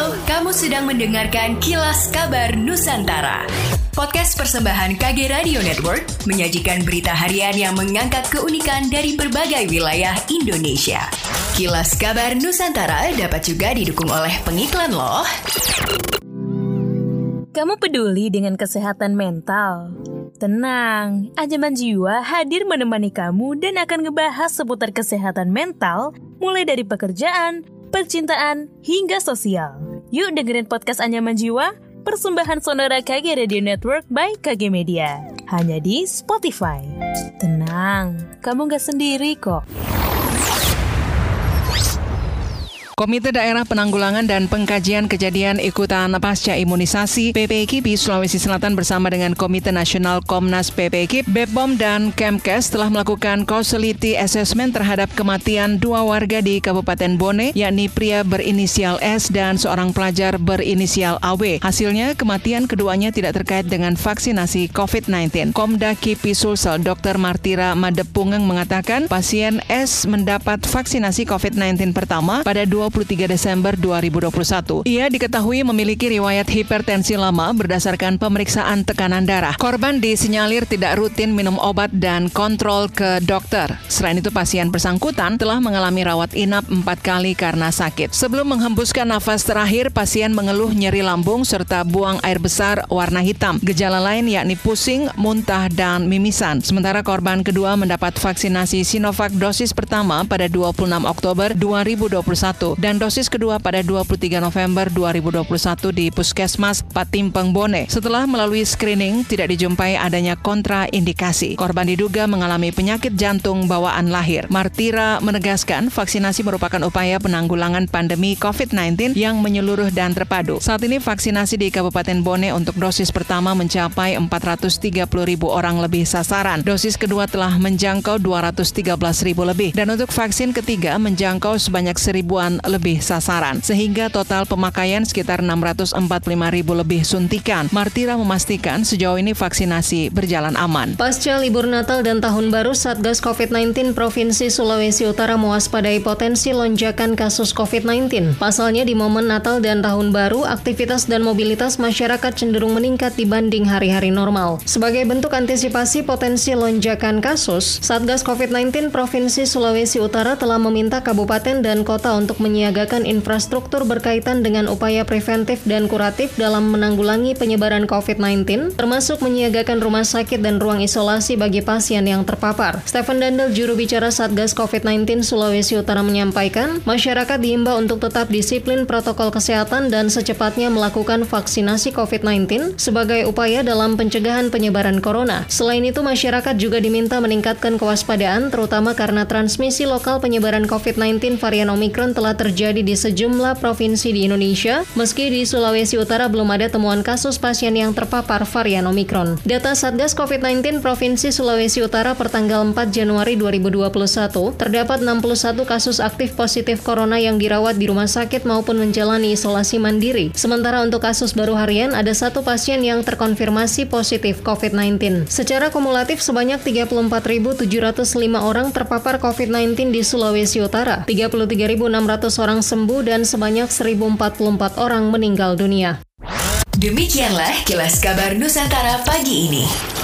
Halo, kamu sedang mendengarkan Kilas Kabar Nusantara. Podcast persembahan KG Radio Network menyajikan berita harian yang mengangkat keunikan dari berbagai wilayah Indonesia. Kilas Kabar Nusantara dapat juga didukung oleh pengiklan loh. Kamu peduli dengan kesehatan mental? Tenang, Anyaman Jiwa hadir menemani kamu dan akan ngebahas seputar kesehatan mental, mulai dari pekerjaan, percintaan, hingga sosial. Yuk dengerin podcast Anyaman Jiwa, persembahan sonora KG Radio Network by KG Media. Hanya di Spotify. Tenang, kamu gak sendiri kok. Komite Daerah Penanggulangan dan Pengkajian Kejadian Ikutan Pasca Imunisasi PPKIP Sulawesi Selatan bersama dengan Komite Nasional Komnas PPKIP, BPOM, dan Kemkes telah melakukan causality assessment terhadap kematian dua warga di Kabupaten Bone, yakni pria berinisial S dan seorang pelajar berinisial AW. Hasilnya, kematian keduanya tidak terkait dengan vaksinasi COVID-19. Komda KIPI Sulsel Dr. Martira Madepungeng mengatakan pasien S mendapat vaksinasi COVID-19 pertama pada 23 Desember 2021. Ia diketahui memiliki riwayat hipertensi lama berdasarkan pemeriksaan tekanan darah. Korban disinyalir tidak rutin minum obat dan kontrol ke dokter. Selain itu, pasien bersangkutan telah mengalami rawat inap 4 kali karena sakit. Sebelum menghembuskan nafas terakhir, pasien mengeluh nyeri lambung serta buang air besar warna hitam. Gejala lain yakni pusing, muntah, dan mimisan. Sementara korban kedua mendapat vaksinasi Sinovac dosis pertama pada 26 Oktober 2021. Dan dosis kedua pada 23 November 2021 di Puskesmas Patimpeng Bone. Setelah melalui screening, tidak dijumpai adanya kontraindikasi. Korban diduga mengalami penyakit jantung bawaan lahir. Martira menegaskan vaksinasi merupakan upaya penanggulangan pandemi COVID-19 yang menyeluruh dan terpadu. Saat ini vaksinasi di Kabupaten Bone untuk dosis pertama mencapai 430.000 orang lebih sasaran. Dosis kedua telah menjangkau 213.000 lebih. Dan untuk vaksin ketiga menjangkau sebanyak 1.000-an lebih sasaran, sehingga total pemakaian sekitar 645.000 lebih suntikan. Martira memastikan sejauh ini vaksinasi berjalan aman. Pasca libur Natal dan Tahun Baru, Satgas COVID-19 Provinsi Sulawesi Utara mewaspadai potensi lonjakan kasus COVID-19. Pasalnya di momen Natal dan Tahun Baru, aktivitas dan mobilitas masyarakat cenderung meningkat dibanding hari-hari normal. Sebagai bentuk antisipasi potensi lonjakan kasus, Satgas COVID-19 Provinsi Sulawesi Utara telah meminta kabupaten dan kota untuk menyiagakan infrastruktur berkaitan dengan upaya preventif dan kuratif dalam menanggulangi penyebaran COVID-19, termasuk menyiagakan rumah sakit dan ruang isolasi bagi pasien yang terpapar. Stephen Dandel, juru bicara Satgas COVID-19 Sulawesi Utara menyampaikan, masyarakat diimbau untuk tetap disiplin protokol kesehatan dan secepatnya melakukan vaksinasi COVID-19 sebagai upaya dalam pencegahan penyebaran corona. Selain itu, masyarakat juga diminta meningkatkan kewaspadaan, terutama karena transmisi lokal penyebaran COVID-19 varian Omikron telah terjadi di sejumlah provinsi di Indonesia, meski di Sulawesi Utara belum ada temuan kasus pasien yang terpapar varian Omikron. Data Satgas COVID-19 Provinsi Sulawesi Utara per tanggal 4 Januari 2021, terdapat 61 kasus aktif positif corona yang dirawat di rumah sakit maupun menjalani isolasi mandiri. Sementara untuk kasus baru harian, ada 1 pasien yang terkonfirmasi positif COVID-19. Secara kumulatif, sebanyak 34.705 orang terpapar COVID-19 di Sulawesi Utara, 33.600 orang sembuh dan sebanyak 1.044 orang meninggal dunia. Demikianlah Kilas Kabar Nusantara pagi ini.